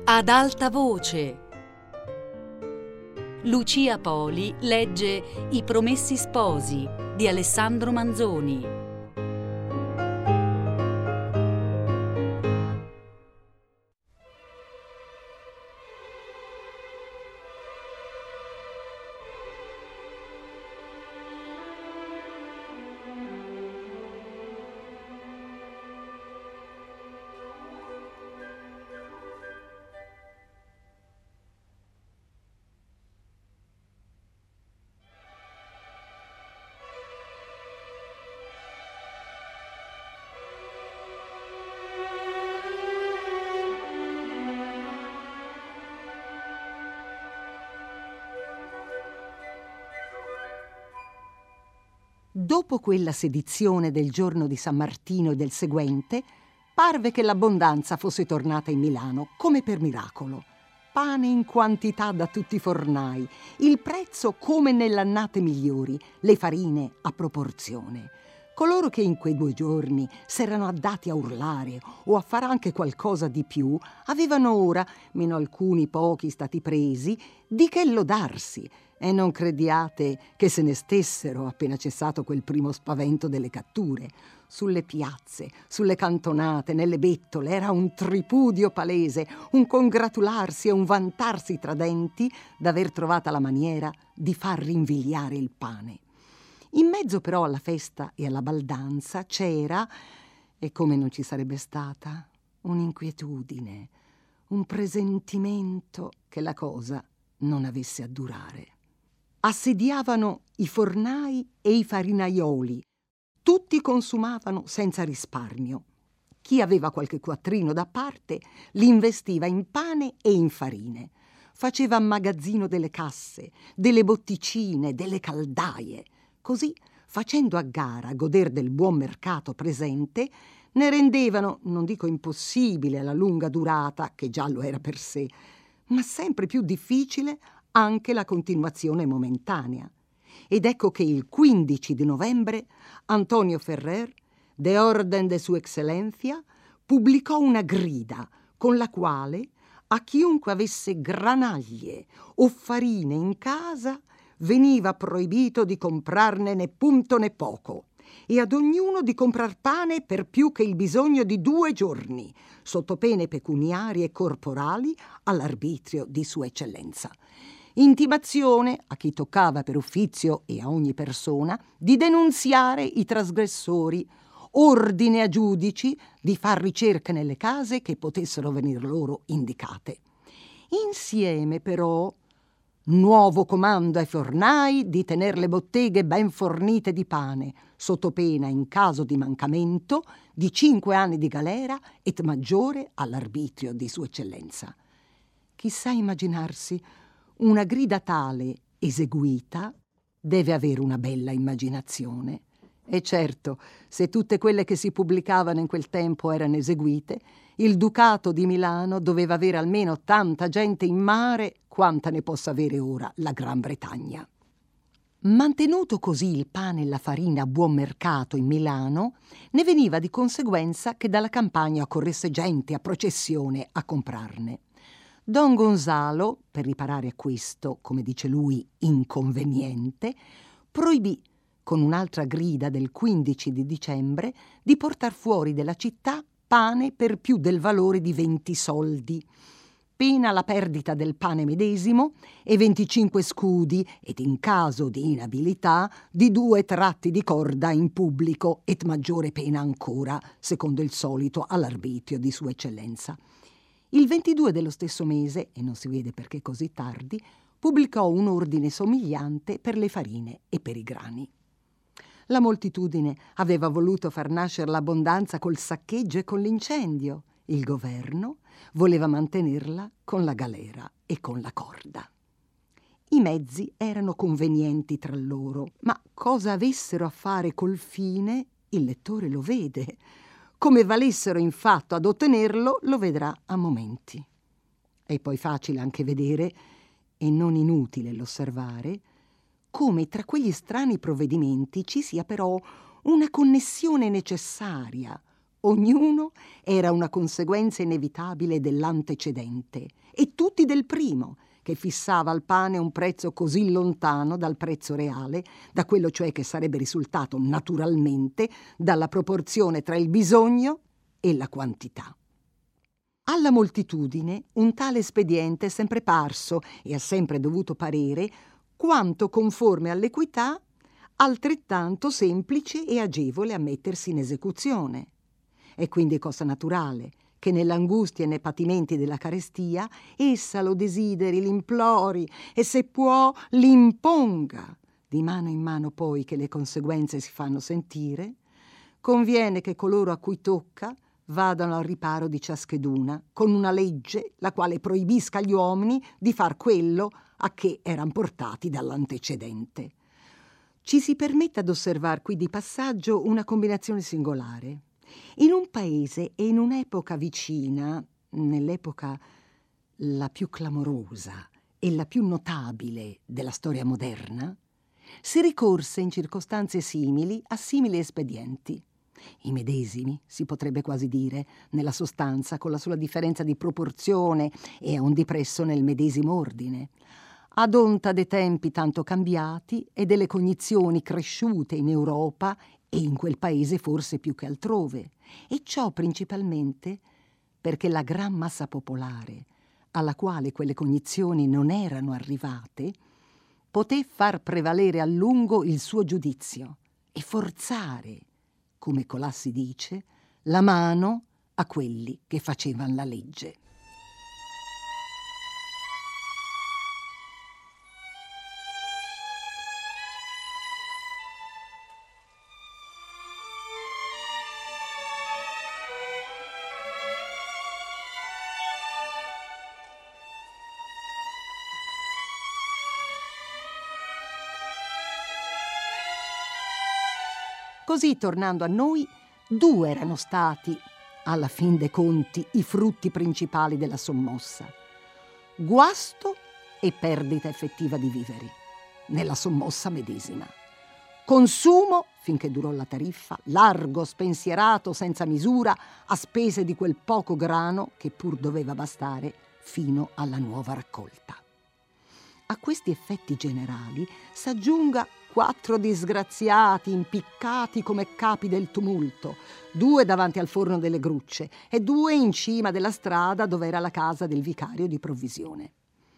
Ad alta voce. Lucia Poli legge I Promessi Sposi di Alessandro Manzoni. Dopo quella sedizione del giorno di San Martino e del seguente, parve che l'abbondanza fosse tornata in Milano come per miracolo. Pane in quantità da tutti i fornai, il prezzo come nelle annate migliori, le farine a proporzione. Coloro che in quei 2 giorni s'erano addati a urlare o a fare anche qualcosa di più, avevano ora, meno alcuni pochi stati presi, di che lodarsi. E non crediate che se ne stessero appena cessato quel primo spavento delle catture. Sulle piazze, sulle cantonate, nelle bettole era un tripudio palese, un congratularsi e un vantarsi tra denti d'aver trovata la maniera di far rinvigliare il pane. In mezzo però alla festa e alla baldanza c'era, e come non ci sarebbe stata, un'inquietudine, un presentimento che la cosa non avesse a durare. Assediavano i fornai e i farinaioli, tutti consumavano senza risparmio. Chi aveva qualche quattrino da parte li investiva in pane e in farine, faceva magazzino delle casse, delle botticine, delle caldaie. Così, facendo a gara goder del buon mercato presente, ne rendevano, non dico impossibile la lunga durata, che già lo era per sé, ma sempre più difficile anche la continuazione momentanea. Ed ecco che il 15 di novembre Antonio Ferrer, de Orden de Sua Excellencia, pubblicò una grida con la quale a chiunque avesse granaglie o farine in casa veniva proibito di comprarne né punto né poco, e ad ognuno di comprar pane per più che il bisogno di 2 giorni, sotto pene pecuniarie e corporali all'arbitrio di Sua Eccellenza. Intimazione a chi toccava per uffizio e a ogni persona di denunziare i trasgressori, ordine a giudici di far ricerche nelle case che potessero venir loro indicate. Insieme però nuovo comando ai fornai di tener le botteghe ben fornite di pane, sotto pena in caso di mancamento di 5 anni di galera et maggiore all'arbitrio di Sua Eccellenza. Chissà immaginarsi una grida tale eseguita deve avere una bella immaginazione. E certo, se tutte quelle che si pubblicavano in quel tempo erano eseguite, il Ducato di Milano doveva avere almeno tanta gente in mare quanta ne possa avere ora la Gran Bretagna. Mantenuto così il pane e la farina a buon mercato in Milano, ne veniva di conseguenza che dalla campagna accorresse gente a processione a comprarne. Don Gonzalo, per riparare a questo, come dice lui, inconveniente, proibì, con un'altra grida del 15 di dicembre, di portar fuori della città pane per più del valore di 20 soldi, pena la perdita del pane medesimo e 25 scudi, ed in caso di inabilità di 2 tratti di corda in pubblico, et maggiore pena ancora, secondo il solito, all'arbitrio di Sua Eccellenza. Il 22 dello stesso mese, e non si vede perché così tardi, pubblicò un ordine somigliante per le farine e per i grani. La moltitudine aveva voluto far nascere l'abbondanza col saccheggio e con l'incendio. Il governo voleva mantenerla con la galera e con la corda. I mezzi erano convenienti tra loro, ma cosa avessero a fare col fine, il lettore lo vede. Come valessero in fatto ad ottenerlo, lo vedrà a momenti. È poi facile anche vedere, e non inutile l'osservare, come tra quegli strani provvedimenti ci sia però una connessione necessaria, Ognuno era una conseguenza inevitabile dell'antecedente, e tutti del primo, che fissava al pane un prezzo così lontano dal prezzo reale, da quello cioè che sarebbe risultato naturalmente dalla proporzione tra il bisogno e la quantità. Alla moltitudine un tale espediente è sempre parso, e ha sempre dovuto parere, quanto conforme all'equità, altrettanto semplice e agevole a mettersi in esecuzione. È quindi cosa naturale che nell'angustia e nei patimenti della carestia essa lo desideri, l'implori e, se può, l'imponga. Di mano in mano poi che le conseguenze si fanno sentire, conviene che coloro a cui tocca vadano al riparo di ciascheduna con una legge la quale proibisca agli uomini di far quello a che eran portati dall'antecedente. Ci si permette ad osservar qui di passaggio una combinazione singolare. In un paese e in un'epoca vicina, nell'epoca la più clamorosa e la più notabile della storia moderna, si ricorse in circostanze simili a simili espedienti. I medesimi, si potrebbe quasi dire, nella sostanza, con la sola differenza di proporzione e a un dipresso nel medesimo ordine, ad onta dei tempi tanto cambiati e delle cognizioni cresciute in Europa e in quel paese forse più che altrove, e ciò principalmente perché la gran massa popolare, alla quale quelle cognizioni non erano arrivate, poté far prevalere a lungo il suo giudizio e forzare, come Colassi dice, la mano a quelli che facevan la legge. Così, tornando a noi, 2 erano stati, alla fin dei conti, i frutti principali della sommossa: guasto e perdita effettiva di viveri, nella sommossa medesima; consumo, finché durò la tariffa, largo, spensierato, senza misura, a spese di quel poco grano che pur doveva bastare fino alla nuova raccolta. A questi effetti generali s'aggiunga 4 disgraziati impiccati come capi del tumulto, 2 davanti al forno delle grucce e 2 in cima della strada dove era la casa del vicario di provvisione.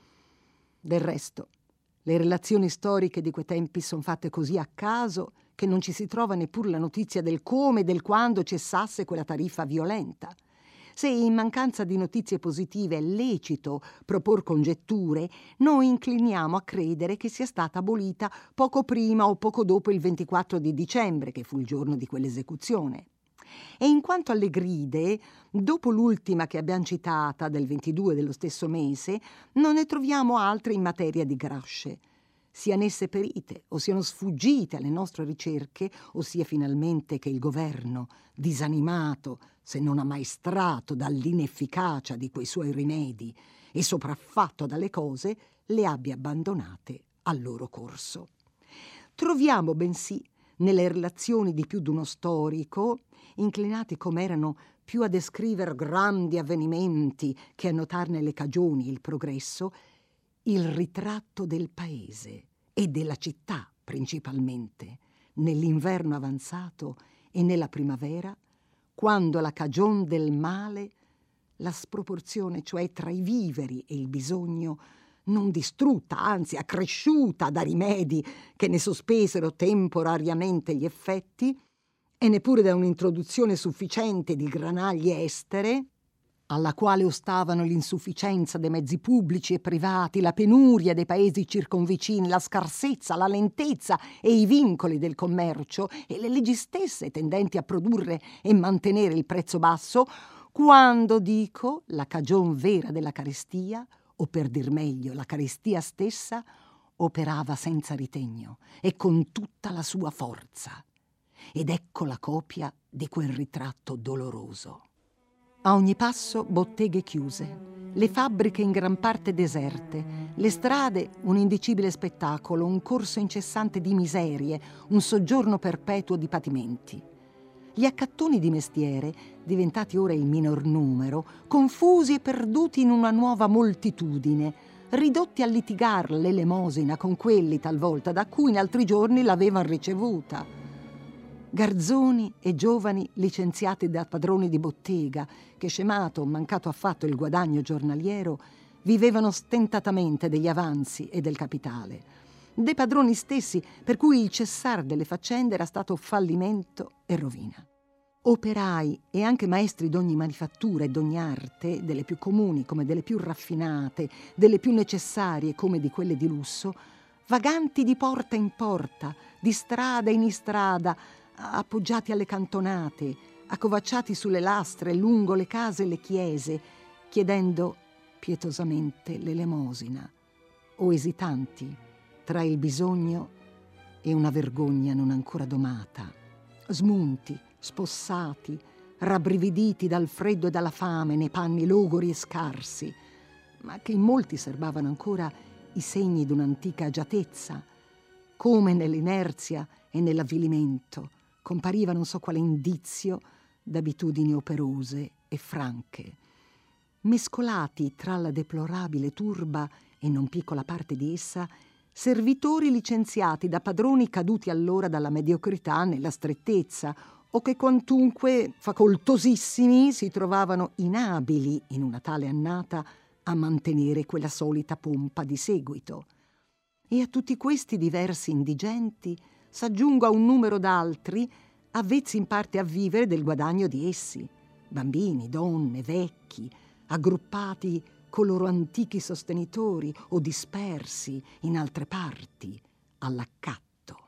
Del resto, le relazioni storiche di quei tempi sono fatte così a caso che non ci si trova neppur la notizia del come e del quando cessasse quella tariffa violenta. Se in mancanza di notizie positive è lecito propor congetture, noi incliniamo a credere che sia stata abolita poco prima o poco dopo il 24 di dicembre, che fu il giorno di quell'esecuzione. E in quanto alle gride, dopo l'ultima che abbiamo citata, del 22 dello stesso mese, non ne troviamo altre in materia di grasce. Siano esse perite o siano sfuggite alle nostre ricerche, o sia finalmente che il governo, disanimato se non ammaestrato dall'inefficacia di quei suoi rimedi e sopraffatto dalle cose, le abbia abbandonate al loro corso. Troviamo bensì nelle relazioni di più d'uno storico, inclinati come erano più a descrivere grandi avvenimenti che a notarne le cagioni e il progresso, il ritratto del paese e della città principalmente, nell'inverno avanzato e nella primavera, quando la cagion del male, la sproporzione cioè tra i viveri e il bisogno, non distrutta, anzi accresciuta da rimedi che ne sospesero temporariamente gli effetti, e neppure da un'introduzione sufficiente di granagli estere, alla quale ostavano l'insufficienza dei mezzi pubblici e privati, la penuria dei paesi circonvicini, la scarsezza, la lentezza e i vincoli del commercio e le leggi stesse tendenti a produrre e mantenere il prezzo basso, quando, dico, la cagion vera della carestia, o per dir meglio la carestia stessa, operava senza ritegno e con tutta la sua forza. Ed ecco la copia di quel ritratto doloroso. A ogni passo botteghe chiuse, le fabbriche in gran parte deserte, le strade un indicibile spettacolo, un corso incessante di miserie, un soggiorno perpetuo di patimenti. Gli accattoni di mestiere, diventati ora il minor numero, confusi e perduti in una nuova moltitudine, ridotti a litigar l'elemosina con quelli talvolta da cui in altri giorni l'avevano ricevuta. Garzoni e giovani licenziati da padroni di bottega, che scemato o mancato affatto il guadagno giornaliero, vivevano stentatamente degli avanzi e del capitale. Dei padroni stessi, per cui il cessar delle faccende era stato fallimento e rovina. Operai e anche maestri d'ogni manifattura e d'ogni arte, delle più comuni come delle più raffinate, delle più necessarie come di quelle di lusso, vaganti di porta in porta, di strada in istrada, appoggiati alle cantonate, accovacciati sulle lastre lungo le case e le chiese, chiedendo pietosamente l'elemosina, o esitanti tra il bisogno e una vergogna non ancora domata, smunti, spossati, rabbrividiti dal freddo e dalla fame nei panni logori e scarsi, ma che in molti serbavano ancora i segni d'un'antica agiatezza, come nell'inerzia e nell'avvilimento compariva non so quale indizio d'abitudini operose e franche. Mescolati tra la deplorabile turba e non piccola parte di essa, servitori licenziati da padroni caduti allora dalla mediocrità nella strettezza, o che quantunque facoltosissimi si trovavano inabili in una tale annata a mantenere quella solita pompa di seguito. E a tutti questi diversi indigenti s'aggiunga un numero d'altri avvezzi in parte a vivere del guadagno di essi, bambini, donne, vecchi, aggruppati con loro antichi sostenitori o dispersi in altre parti all'accatto.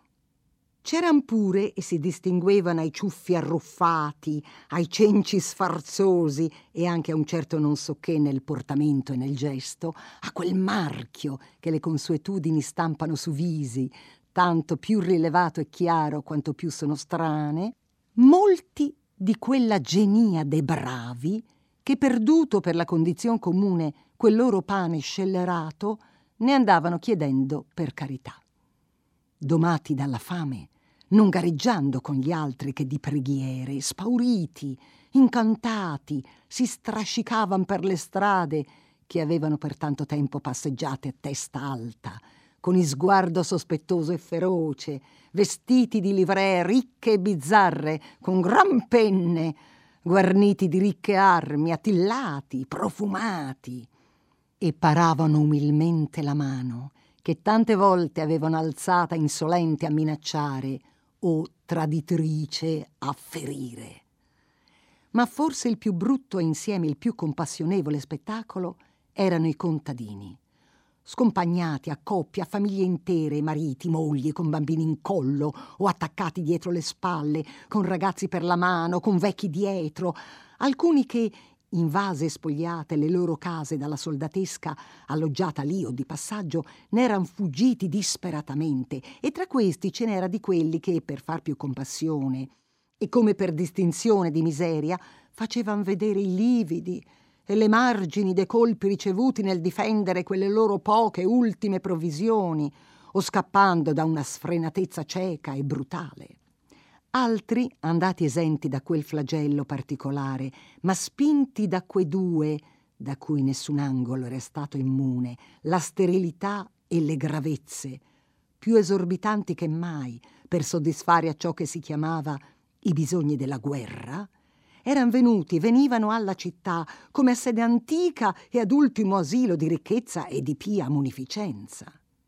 C'eran pure, e si distinguevano ai ciuffi arruffati, ai cenci sfarzosi e anche a un certo non so che nel portamento e nel gesto, a quel marchio che le consuetudini stampano su visi, tanto più rilevato e chiaro quanto più sono strane, molti di quella genia dei bravi che, perduto per la condizione comune quel loro pane scellerato, ne andavano chiedendo per carità. Domati dalla fame, non gareggiando con gli altri che di preghiere, spauriti, incantati, si strascicavan per le strade che avevano per tanto tempo passeggiate a testa alta, con sguardo sospettoso e feroce, vestiti di livree ricche e bizzarre, con gran penne, guarniti di ricche armi, attillati, profumati, e paravano umilmente la mano, che tante volte avevano alzata insolente a minacciare o traditrice a ferire. Ma forse il più brutto e insieme il più compassionevole spettacolo erano i contadini, scompagnati a coppie, a famiglie intere, mariti, mogli, con bambini in collo o attaccati dietro le spalle, con ragazzi per la mano, con vecchi dietro, alcuni che, invase e spogliate le loro case dalla soldatesca alloggiata lì o di passaggio, ne eran fuggiti disperatamente, e tra questi ce n'era di quelli che, per far più compassione e come per distinzione di miseria, facevan vedere i lividi e le margini dei colpi ricevuti nel difendere quelle loro poche ultime provvisioni, o scappando da una sfrenatezza cieca e brutale. Altri, andati esenti da quel flagello particolare, ma spinti da quei due, da cui nessun angolo era stato immune, la sterilità e le gravezze, più esorbitanti che mai per soddisfare a ciò che si chiamava i bisogni della guerra, venivano alla città come a sede antica e ad ultimo asilo di ricchezza e di pia munificenza.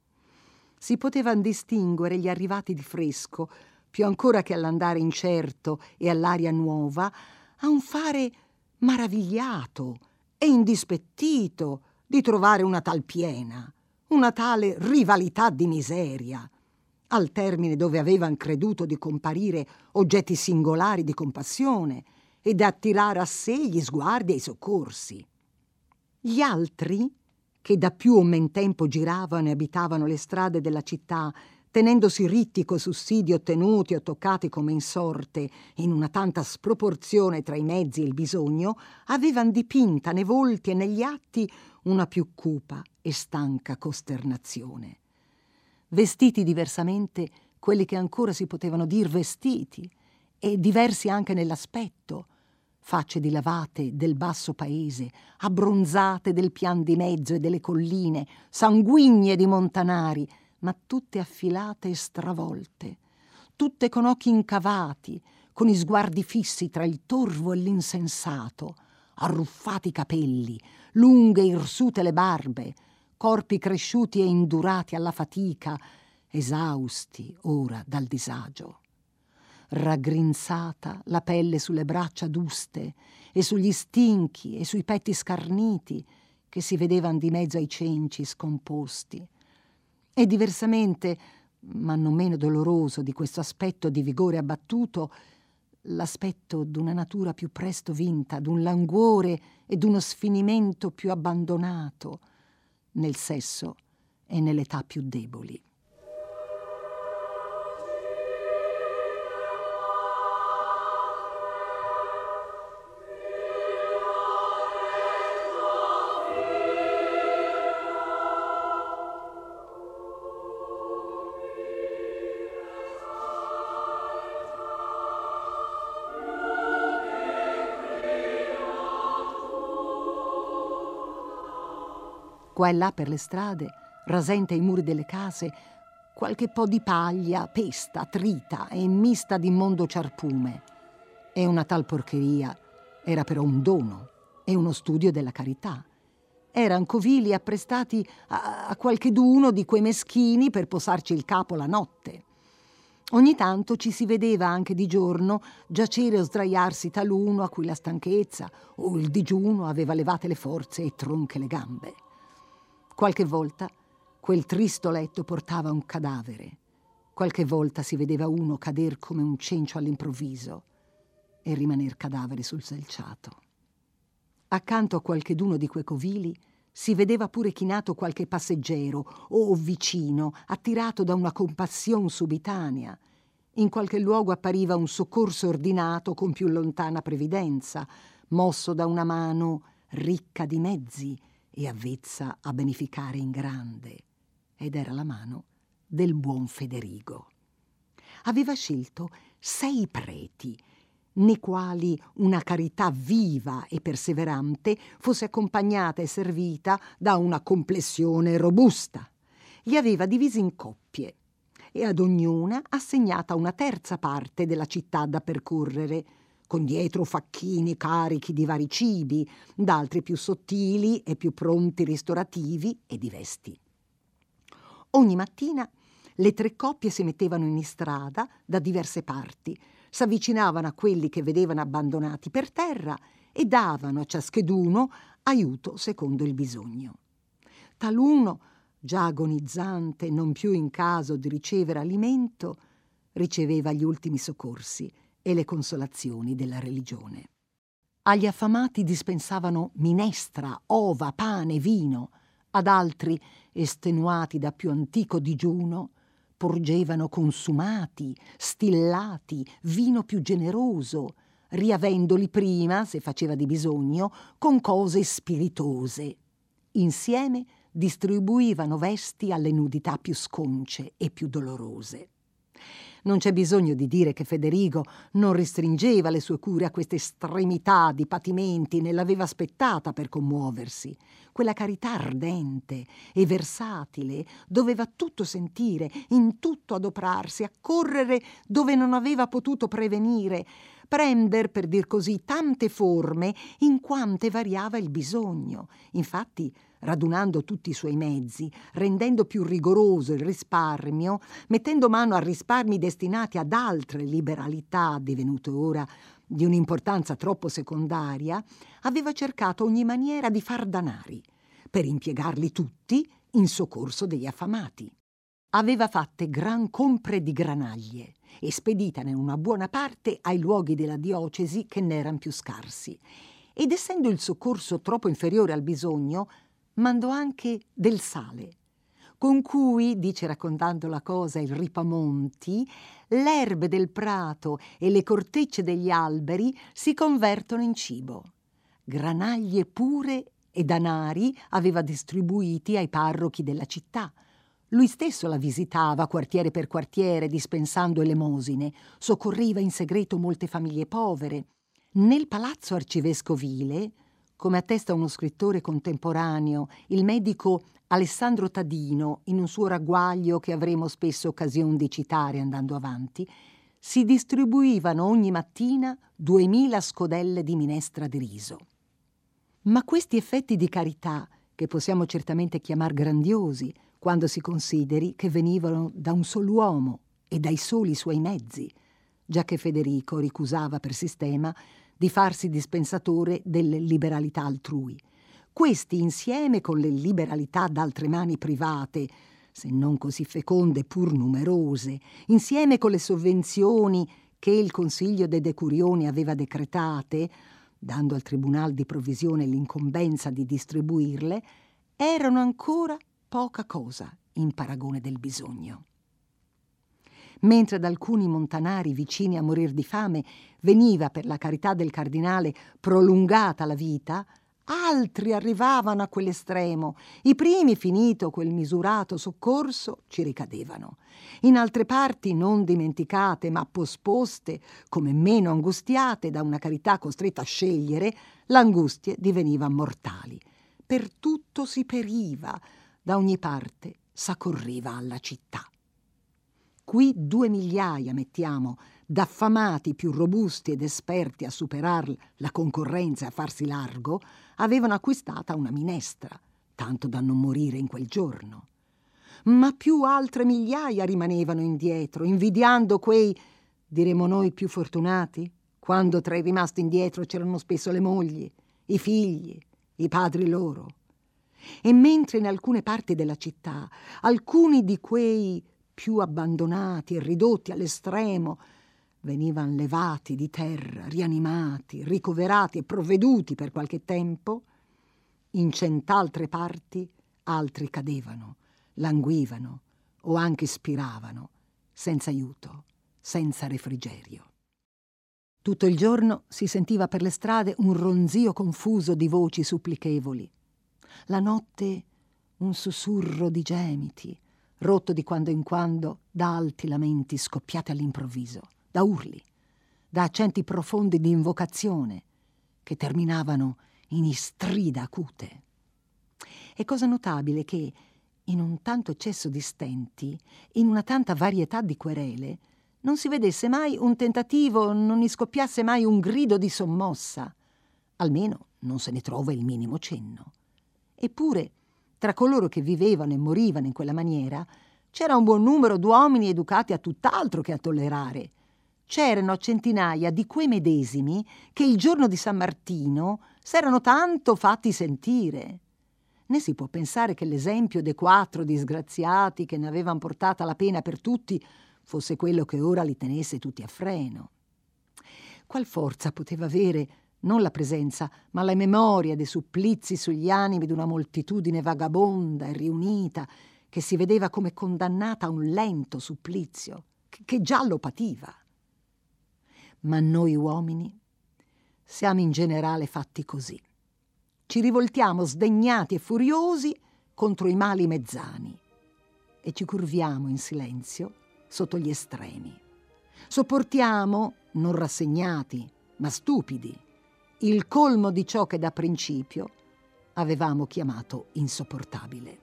Si potevan distinguere gli arrivati di fresco, più ancora che all'andare incerto e all'aria nuova, a un fare maravigliato e indispettito di trovare una tal piena, una tale rivalità di miseria, al termine dove avevan creduto di comparire oggetti singolari di compassione e da attirare a sé gli sguardi e i soccorsi. Gli altri, che da più o men tempo giravano e abitavano le strade della città, tenendosi ritti coi sussidi ottenuti o toccati come in sorte, in una tanta sproporzione tra i mezzi e il bisogno, avevan dipinta nei volti e negli atti una più cupa e stanca costernazione. Vestiti diversamente quelli che ancora si potevano dir vestiti, e diversi anche nell'aspetto, facce dilavate del basso paese, abbronzate del pian di mezzo e delle colline, sanguigne di montanari, ma tutte affilate e stravolte, tutte con occhi incavati, con i sguardi fissi tra il torvo e l'insensato, arruffati capelli, lunghe e irsute le barbe, corpi cresciuti e indurati alla fatica, esausti ora dal disagio. Raggrinzata la pelle sulle braccia aduste e sugli stinchi e sui petti scarniti che si vedevan di mezzo ai cenci scomposti. E diversamente, ma non meno doloroso di questo aspetto di vigore abbattuto, l'aspetto d'una natura più presto vinta, d'un languore e d'uno sfinimento più abbandonato nel sesso e nell'età più deboli. Qua e là per le strade, rasente ai muri delle case, qualche po' di paglia, pesta, trita e mista di immondo ciarpume. E una tal porcheria era però un dono e uno studio della carità. Eran covili apprestati a qualcheduno di quei meschini per posarci il capo la notte. Ogni tanto ci si vedeva anche di giorno giacere o sdraiarsi taluno a cui la stanchezza o il digiuno aveva levate le forze e tronche le gambe. Qualche volta quel tristo letto portava un cadavere. Qualche volta si vedeva uno cader come un cencio all'improvviso e rimaner cadavere sul selciato. Accanto a qualcheduno di quei covili si vedeva pure chinato qualche passeggero o vicino, attirato da una compassione subitanea. In qualche luogo appariva un soccorso ordinato con più lontana previdenza, mosso da una mano ricca di mezzi e avvezza a beneficare in grande, ed era la mano del buon Federigo. Aveva scelto 6 preti, nei quali una carità viva e perseverante fosse accompagnata e servita da una complessione robusta. Li aveva divisi in coppie e ad ognuna assegnata una terza parte della città da percorrere, con dietro facchini carichi di vari cibi, d'altri più sottili e più pronti ristorativi e di vesti. Ogni mattina le 3 coppie si mettevano in istrada da diverse parti, s'avvicinavano a quelli che vedevano abbandonati per terra e davano a ciascheduno aiuto secondo il bisogno. Taluno, già agonizzante, non più in caso di ricevere alimento, riceveva gli ultimi soccorsi e le consolazioni della religione. Agli affamati dispensavano minestra, ova, pane, vino. Ad altri, estenuati da più antico digiuno, porgevano consumati, stillati, vino più generoso, riavendoli prima, se faceva di bisogno, con cose spiritose. Insieme distribuivano vesti alle nudità più sconce e più dolorose. Non c'è bisogno di dire che Federigo non restringeva le sue cure a queste estremità di patimenti né l'aveva aspettata per commuoversi. Quella carità ardente e versatile doveva tutto sentire, in tutto adoprarsi, accorrere dove non aveva potuto prevenire, prender, per dir così, tante forme in quante variava il bisogno. Infatti, radunando tutti i suoi mezzi, rendendo più rigoroso il risparmio, mettendo mano a risparmi destinati ad altre liberalità divenute ora di un'importanza troppo secondaria, aveva cercato ogni maniera di far danari, per impiegarli tutti in soccorso degli affamati. Aveva fatte gran compre di granaglie e speditane una buona parte ai luoghi della diocesi che n'eran più scarsi. Ed essendo il soccorso troppo inferiore al bisogno, mandò anche del sale, con cui, dice raccontando la cosa il Ripamonti, l'erbe del prato e le cortecce degli alberi si convertono in cibo. Granaglie pure e danari aveva distribuiti ai parrochi della città, Lui stesso la visitava quartiere per quartiere, dispensando elemosine, soccorriva in segreto molte famiglie povere. Nel palazzo arcivescovile, come attesta uno scrittore contemporaneo, il medico Alessandro Tadino, in un suo ragguaglio che avremo spesso occasione di citare andando avanti, si distribuivano ogni mattina 2000 scodelle di minestra di riso. Ma questi effetti di carità, che possiamo certamente chiamar grandiosi, quando si consideri che venivano da un solo uomo e dai soli suoi mezzi, giacché Federico ricusava per sistema di farsi dispensatore delle liberalità altrui. Questi, insieme con le liberalità d'altre mani private, se non così feconde pur numerose, insieme con le sovvenzioni che il Consiglio dei Decurioni aveva decretate, dando al Tribunal di Provvisione l'incombenza di distribuirle, erano ancora poca cosa in paragone del bisogno. Mentre ad alcuni montanari vicini a morir di fame veniva per la carità del cardinale prolungata la vita, altri arrivavano a quell'estremo. I primi, finito quel misurato soccorso, ci ricadevano. In altre parti, non dimenticate ma posposte, come meno angustiate da una carità costretta a scegliere, l'angustie divenivan mortali. Per tutto si periva, da ogni parte s'accorriva alla città. Qui 2 migliaia, mettiamo, d'affamati più robusti ed esperti a superar la concorrenza e a farsi largo, avevano acquistata una minestra, tanto da non morire in quel giorno. Ma più altre migliaia rimanevano indietro, invidiando quei, diremo noi, più fortunati, quando tra i rimasti indietro c'erano spesso le mogli, i figli, i padri loro. E mentre in alcune parti della città alcuni di quei più abbandonati e ridotti all'estremo venivano levati di terra, rianimati, ricoverati e provveduti per qualche tempo, in cent'altre parti altri cadevano, languivano o anche spiravano, senza aiuto, senza refrigerio. Tutto il giorno si sentiva per le strade un ronzio confuso di voci supplichevoli. La notte un sussurro di gemiti, rotto di quando in quando da alti lamenti scoppiati all'improvviso, da urli, da accenti profondi di invocazione che terminavano in istrida acute. È cosa notabile che, in un tanto eccesso di stenti, in una tanta varietà di querele, non si vedesse mai un tentativo, non ne scoppiasse mai un grido di sommossa. Almeno non se ne trova il minimo cenno. Eppure, tra coloro che vivevano e morivano in quella maniera, c'era un buon numero d'uomini educati a tutt'altro che a tollerare. C'erano centinaia di quei medesimi che il giorno di San Martino s'erano tanto fatti sentire. Né si può pensare che l'esempio dei 4 disgraziati che ne avevano portata la pena per tutti fosse quello che ora li tenesse tutti a freno. Qual forza poteva avere non la presenza, ma la memoria dei supplizi sugli animi di una moltitudine vagabonda e riunita che si vedeva come condannata a un lento supplizio, che già lo pativa. Ma noi uomini siamo in generale fatti così. Ci rivoltiamo sdegnati e furiosi contro i mali mezzani e ci curviamo in silenzio sotto gli estremi. Sopportiamo, non rassegnati, ma stupidi, il colmo di ciò che da principio avevamo chiamato insopportabile.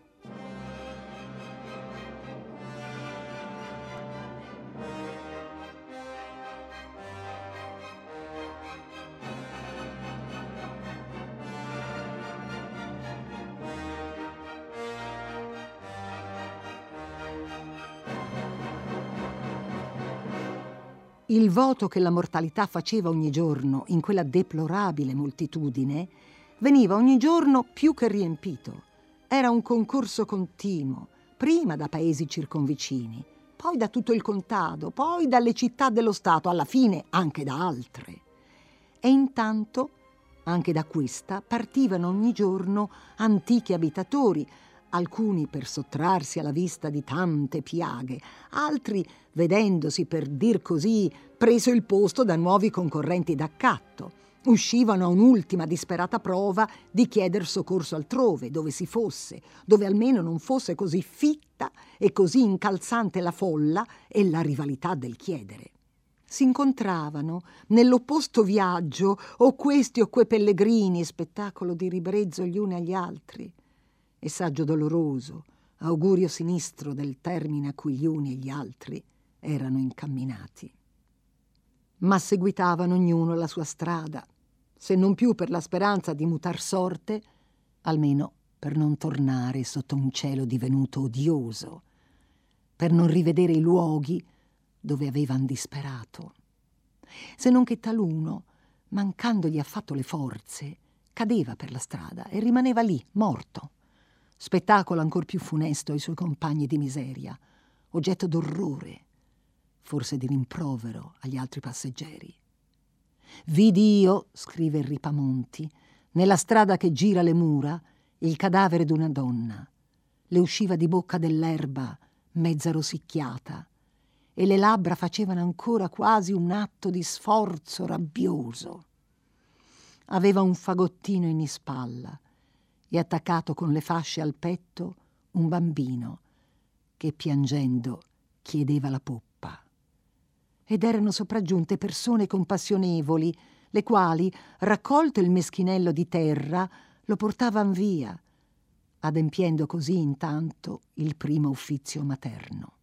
Il voto che la mortalità faceva ogni giorno in quella deplorabile moltitudine veniva ogni giorno più che riempito. Era un concorso continuo, prima da paesi circonvicini, poi da tutto il contado, poi dalle città dello Stato, alla fine anche da altre. E intanto, anche da questa, partivano ogni giorno antichi abitatori, alcuni per sottrarsi alla vista di tante piaghe, altri vedendosi, per dir così, preso il posto da nuovi concorrenti d'accatto, Uscivano a un'ultima disperata prova di chieder soccorso altrove, dove si fosse, dove almeno non fosse così fitta e così incalzante la folla e la rivalità del chiedere. Si incontravano nell'opposto viaggio o questi o quei pellegrini, spettacolo di ribrezzo gli uni agli altri, e saggio doloroso, augurio sinistro del termine a cui gli uni e gli altri erano incamminati. Ma seguitavano ognuno la sua strada, se non più per la speranza di mutar sorte, almeno per non tornare sotto un cielo divenuto odioso, per non rivedere i luoghi dove avevan disperato. Se non che taluno, mancandogli affatto le forze, cadeva per la strada e rimaneva lì, morto, spettacolo ancor più funesto ai suoi compagni di miseria, oggetto d'orrore, forse di rimprovero agli altri passeggeri. Vidi io, scrive il Ripamonti, nella strada che gira le mura, il cadavere d'una donna. Le usciva di bocca dell'erba, mezza rosicchiata, e le labbra facevano ancora quasi un atto di sforzo rabbioso. Aveva un fagottino in ispalla e attaccato con le fasce al petto un bambino che piangendo chiedeva la poppa. Ed erano sopraggiunte persone compassionevoli, le quali, raccolto il meschinello di terra, lo portavan via, adempiendo così intanto il primo uffizio materno.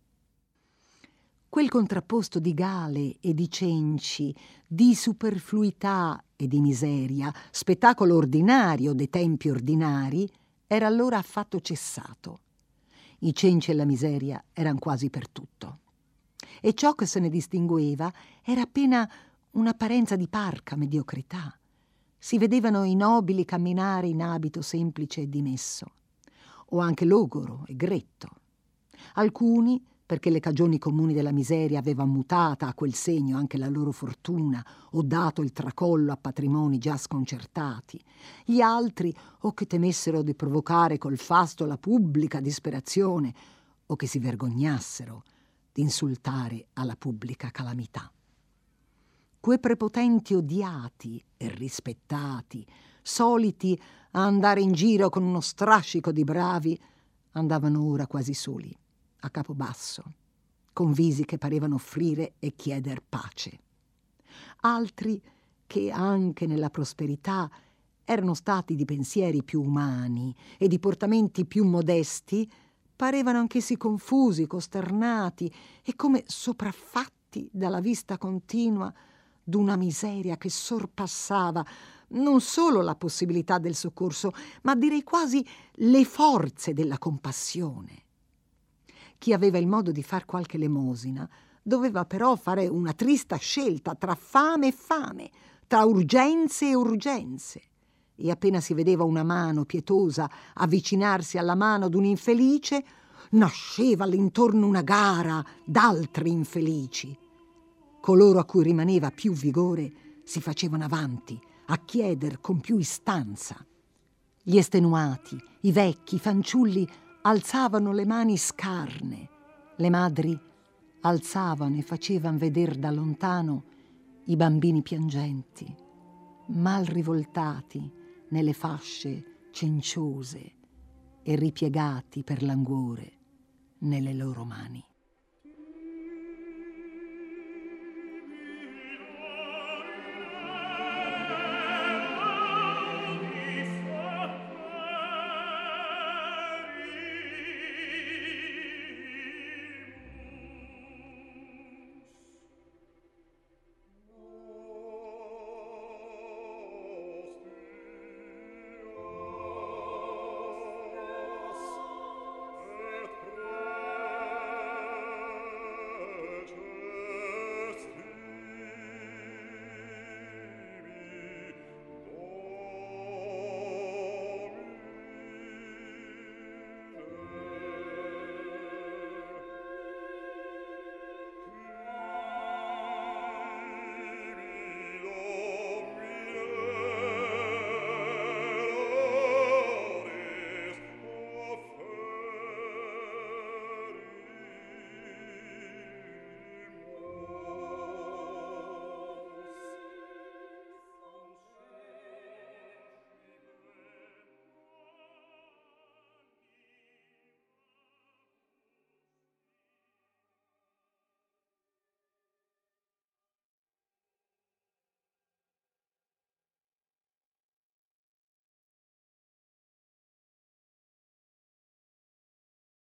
Quel contrapposto di gale e di cenci, di superfluità e di miseria, spettacolo ordinario dei tempi ordinari, era allora affatto cessato. I cenci e la miseria eran quasi per tutto. E ciò che se ne distingueva era appena un'apparenza di parca mediocrità. Si vedevano i nobili camminare in abito semplice e dimesso, o anche logoro e gretto. Alcuni, perché le cagioni comuni della miseria avevano mutata a quel segno anche la loro fortuna o dato il tracollo a patrimoni già sconcertati, gli altri o che temessero di provocare col fasto la pubblica disperazione o che si vergognassero di insultare alla pubblica calamità. Quei prepotenti odiati e rispettati, soliti a andare in giro con uno strascico di bravi, andavano ora quasi soli, a capo basso, con visi che parevano offrire e chieder pace. Altri, che anche nella prosperità erano stati di pensieri più umani e di portamenti più modesti, parevano anch'essi confusi, costernati e come sopraffatti dalla vista continua d'una miseria che sorpassava non solo la possibilità del soccorso, ma direi quasi le forze della compassione. Chi aveva il modo di far qualche elemosina doveva però fare una trista scelta tra fame e fame, tra urgenze e urgenze. E appena si vedeva una mano pietosa avvicinarsi alla mano d'un infelice, nasceva all'intorno una gara d'altri infelici. Coloro a cui rimaneva più vigore si facevano avanti a chieder con più istanza. Gli estenuati, i vecchi, i fanciulli alzavano le mani scarne. Le madri alzavano e facevano veder da lontano i bambini piangenti, mal rivoltati nelle fasce cenciose e ripiegati per languore nelle loro mani.